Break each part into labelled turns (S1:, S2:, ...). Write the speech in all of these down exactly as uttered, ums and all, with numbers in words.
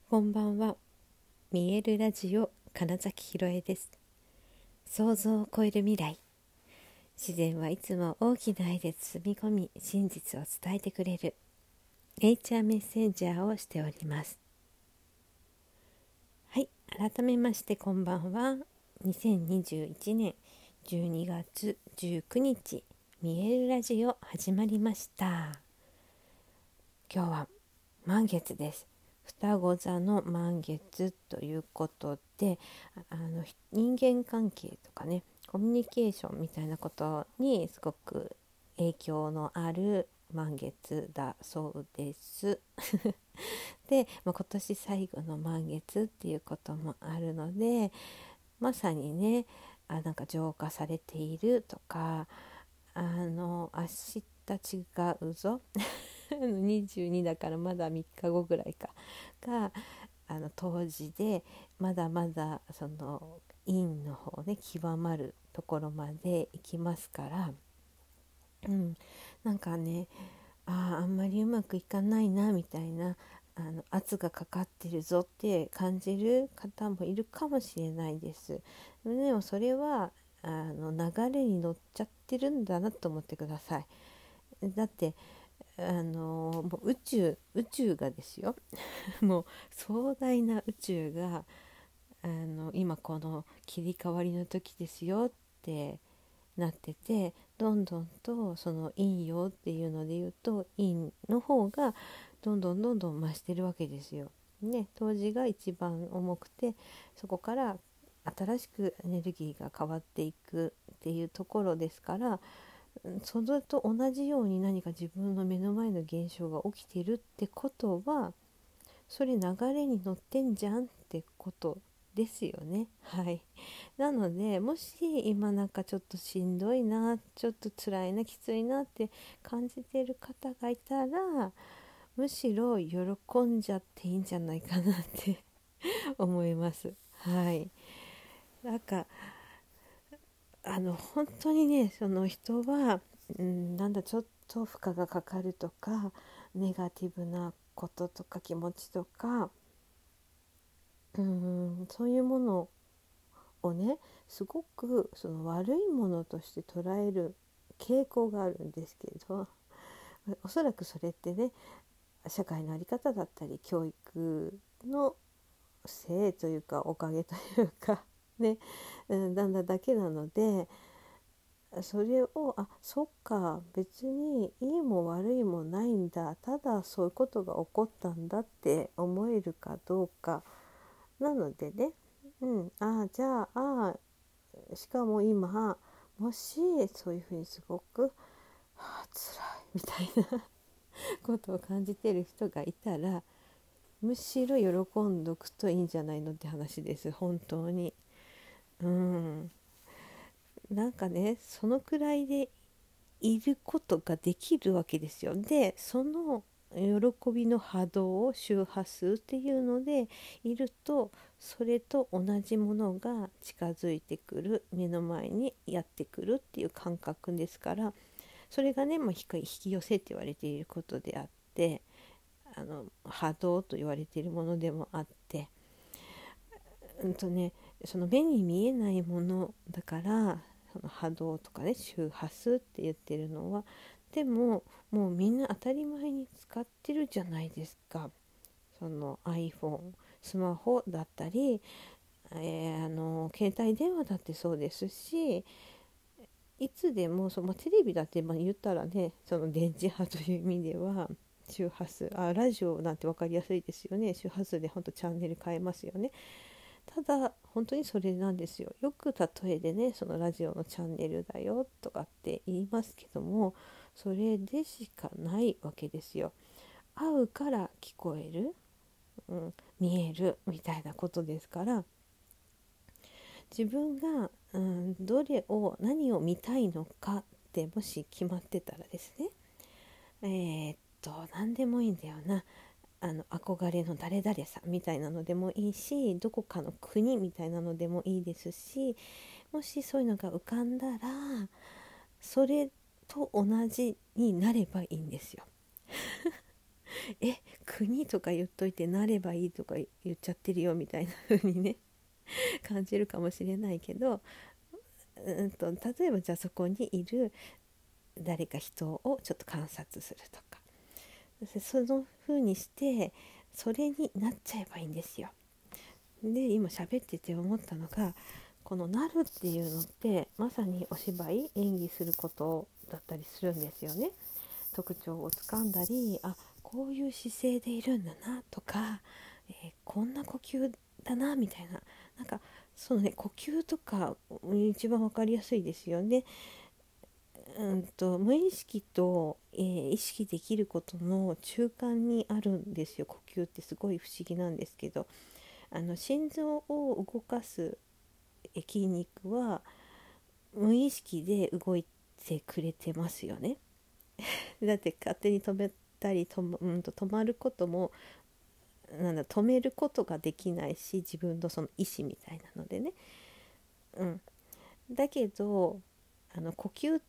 S1: こんばんは。見えるラジオ金崎ひろえです。想像を超える未来。自然はいつも大きな愛で包み込み、真実を伝えてくれるネイチャーメッセンジャーをしております。はい、改めましてこんばんは。にせんにじゅういちねんじゅうにがつじゅうくにち、見えるラジオ始まりました。今日は満月です。双子座の満月ということで、あの人間関係とかね、コミュニケーションみたいなことにすごく影響のある満月だそうです。で、まあ、今年最後の満月っていうこともあるので、まさにね、あなんか浄化されているとか、あの明日違うぞにじゅうにだからまだみっかごぐらいかがあの冬至で、まだまだその陰の方ね、極まるところまで行きますから、うん、なんかね、あああんまりうまくいかないなみたいな、あの圧がかかってるぞって感じる方もいるかもしれないです。でもそれはあの流れに乗っちゃってるんだなと思ってください。だってあのもう宇宙宇宙がですよもう壮大な宇宙があの今この切り替わりの時ですよってなってて、どんどんとその陰陽っていうので言うと陰の方がどんどんどんどん増してるわけですよ。ね、冬至が一番重くて、そこから新しくエネルギーが変わっていくっていうところですから、それと同じように何か自分の目の前の現象が起きているってことは、それ流れに乗ってんじゃんってことですよね。はい。なので、もし今なんかちょっとしんどいな、ちょっと辛いな、きついなって感じている方がいたら、むしろ喜んじゃっていいんじゃないかなって思います。はい。なんかあの本当にね、その人は、うん、なんだちょっと負荷がかかるとか、ネガティブなこととか気持ちとか、うん、そういうものをね、すごくその悪いものとして捉える傾向があるんですけれど、おそらくそれってね、社会の在り方だったり教育のせいというかおかげというかね、うん、なんだだけなので、それをあそっか、別にいいも悪いもないんだ、ただそういうことが起こったんだって思えるかどうかなのでね、うん、あじゃああしかも今もしそういうふうにすごく、はあ、辛いみたいなことを感じてる人がいたら、むしろ喜んどくといいんじゃないのって話です。本当に。うんなんかね、そのくらいでいることができるわけですよ。で、その喜びの波動を周波数っていうのでいると、それと同じものが近づいてくる、目の前にやってくるっていう感覚ですから、それがね、まあ、引き寄せって言われていることであって、あの波動と言われているものでもあって、うんとね、その目に見えないものだから、その波動とかね、周波数って言ってるのは、でももうみんな当たり前に使ってるじゃないですか。その iPhone、 スマホだったり、えー、あの携帯電話だってそうですし、いつでもそのテレビだって、まあ言ったらね、その電磁波という意味では周波数、あラジオなんて分かりやすいですよね。周波数でほんとチャンネル変えますよね。ただ本当にそれなんですよ。よく例えでね、そのラジオのチャンネルだよとかって言いますけども、それでしかないわけですよ。会うから聞こえる、うん、見えるみたいなことですから、自分が、うん、どれを何を見たいのかってもし決まってたらですね、えー、っと何でもいいんだよな。あの憧れの誰々さんみたいなのでもいいし、どこかの国みたいなのでもいいですし、もしそういうのが浮かんだら、それと同じになればいいんですよ。 え国とか言っといてなればいいとか言っちゃってるよみたいな風にね感じるかもしれないけど、うんと例えばじゃあそこにいる誰か人をちょっと観察するとか、その風にしてそれになっちゃえばいいんですよ。で今喋ってて思ったのが、このなるっていうのってまさにお芝居演技することだったりするんですよね。特徴をつかんだり、あこういう姿勢でいるんだなとか、えーこんな呼吸だなみたいな、なんかそのね呼吸とか一番わかりやすいですよね。うんと無意識と、えー意識できることの中間にあるんですよ。呼吸ってすごい不思議なんですけど、あの心臓を動かすえ筋肉は無意識で動いてくれてますよね。だって勝手に止めたりと、うんと止まることもなんだ止めることができないし、自分のその意思みたいなのでね、うん、だけどあの呼吸って、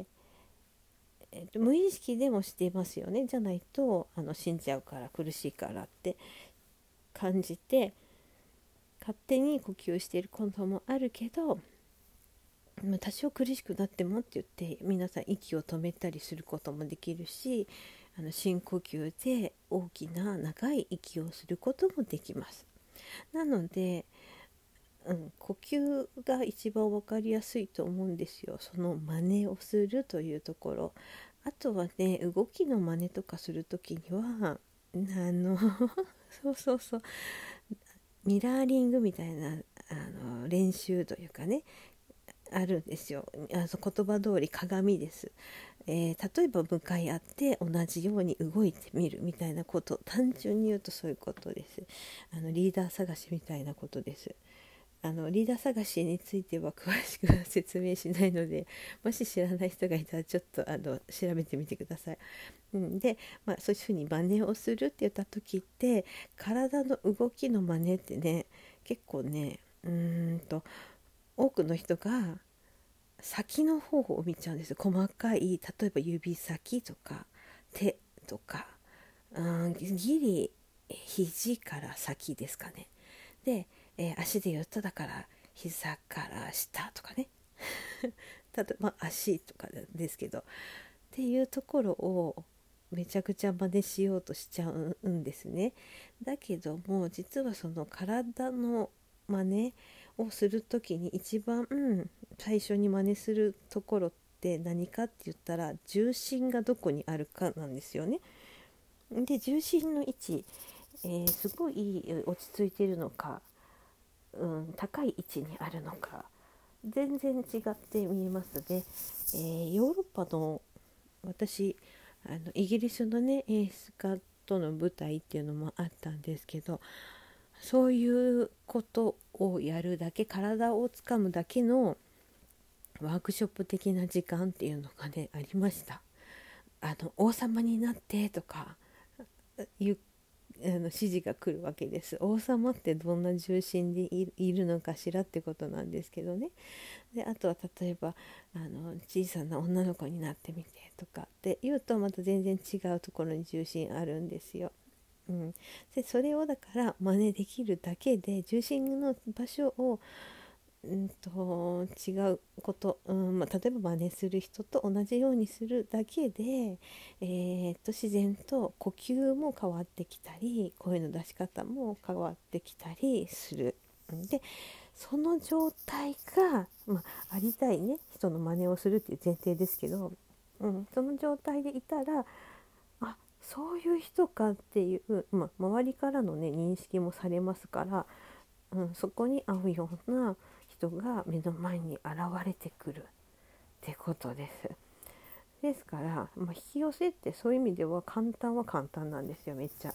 S1: えっと、無意識でもしてますよね。じゃないとあの死んじゃうから苦しいからって感じて勝手に呼吸していることもあるけど、多少苦しくなってもって言って皆さん息を止めたりすることもできるし、あの深呼吸で大きな長い息をすることもできます。なので、うん、呼吸が一番分かりやすいと思うんですよ。その真似をするというところ。あとはね、動きの真似とかするときにはあのそうそうそうミラーリングみたいなあの練習というかね、あるんですよ。あの言葉通り鏡です、えー、例えば向かい合って同じように動いてみるみたいなこと、単純に言うとそういうことです。あのリーダー探しみたいなことです。あのリーダー探しについては詳しくは説明しないので、もし知らない人がいたらちょっとあの調べてみてください。うん、で、まあ、そういうふうに真似をするって言った時って、体の動きの真似ってね、結構ね、うーんと多くの人が先の方を見ちゃうんです。細かい、例えば指先とか手とか、うん、ギリ肘から先ですかね。で、えー足で言うとだから膝から下とかね例えば、まあ、足とかですけどっていうところをめちゃくちゃ真似しようとしちゃうんですね。だけども実はその体の真似をする時に一番、うん、最初に真似するところって何かって言ったら、重心がどこにあるかなんですよね。で重心の位置、えーすごい落ち着いているのか、うん、高い位置にあるのか全然違って見えますね。えーヨーロッパの私あのイギリスのね演出家との舞台っていうのもあったんですけど、そういうことをやるだけ、体をつかむだけのワークショップ的な時間っていうのがねありました。あの王様になってとかいうあの指示が来るわけです。王様ってどんな重心で い, いるのかしらってことなんですけどね。であとは例えばあの小さな女の子になってみてとかって言うとまた全然違うところに重心あるんですよ。うん、でそれをだから真似できるだけで重心の場所をうんと違うこと、うんまあ、例えば真似する人と同じようにするだけで、えー、と自然と呼吸も変わってきたり声の出し方も変わってきたりする。でその状態が、まあ、ありたいね人の真似をするっていう前提ですけど、うん、その状態でいたら、あそういう人かっていう、まあ、周りからの、ね、認識もされますから、うん、そこに合うような人が目の前に現れてくるってことです。ですから、まあ、引き寄せってそういう意味では簡単は簡単なんですよ、めっちゃ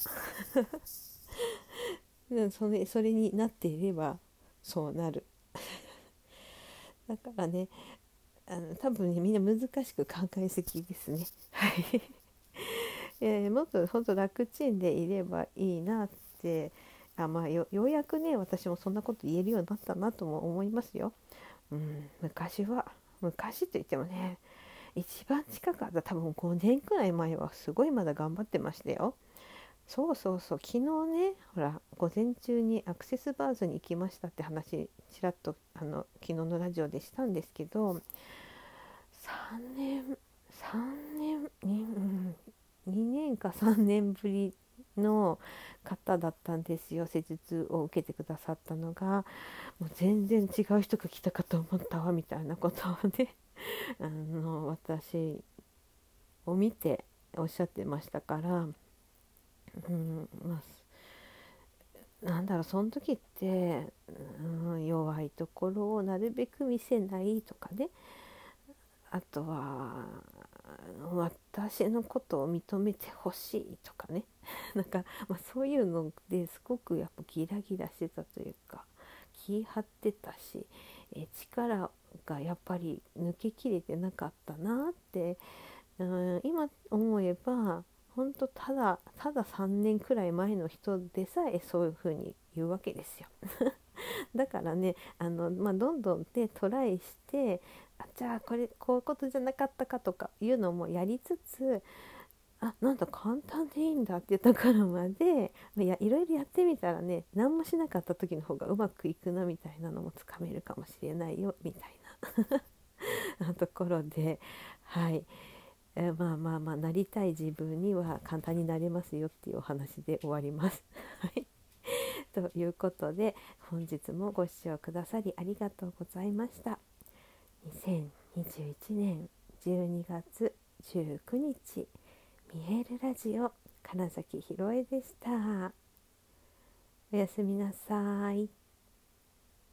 S1: それ、それになっていればそうなるだからね、あの多分ねみんな難しく考えすぎですねはいえー、もっと本当楽ちんでいればいいなってあ、まあ、よ, ようやくね私もそんなこと言えるようになったなとも思いますよ。うん、昔は昔といってもね一番近かった多分ごねんくらい前はすごいまだ頑張ってましたよ。 そうそうそう、昨日ね、ほら午前中にアクセスバーズに行きましたって話ちらっとあの昨日のラジオでしたんですけど、さんねんさんねんに、うん、にねんかさんねんぶりの方だったんですよ。施術を受けてくださったのが、もう全然違う人が来たかと思ったわみたいなことをねあの私を見ておっしゃってましたから、うんまあ、なんだろう、その時って、うん、弱いところをなるべく見せないとかね、あとは私のことを認めてほしいとかねなんか、まあ、そういうのですごくやっぱギラギラしてたというか、気張ってたし、え力がやっぱり抜けきれてなかったなって、うん、今思えば本当ただたださんねんくらい前の人でさえそういうふうに言うわけですよだからね、あの、まあ、どんどんでトライして、あ、じゃあこれこういうことじゃなかったかとかいうのもやりつつ、あ、なんだ簡単でいいんだっていうところまで、いや、いろいろやってみたらね、何もしなかった時の方がうまくいくなみたいなのもつかめるかもしれないよみたいなところで、はい、えーまあまあまあ、なりたい自分には簡単になれますよっていうお話で終わります。はいということで、本日もご視聴くださりありがとうございました。にせんにじゅういちねんじゅうにがつじゅうくにち、見えるラジオ金崎ひろえでした。おやすみなさい。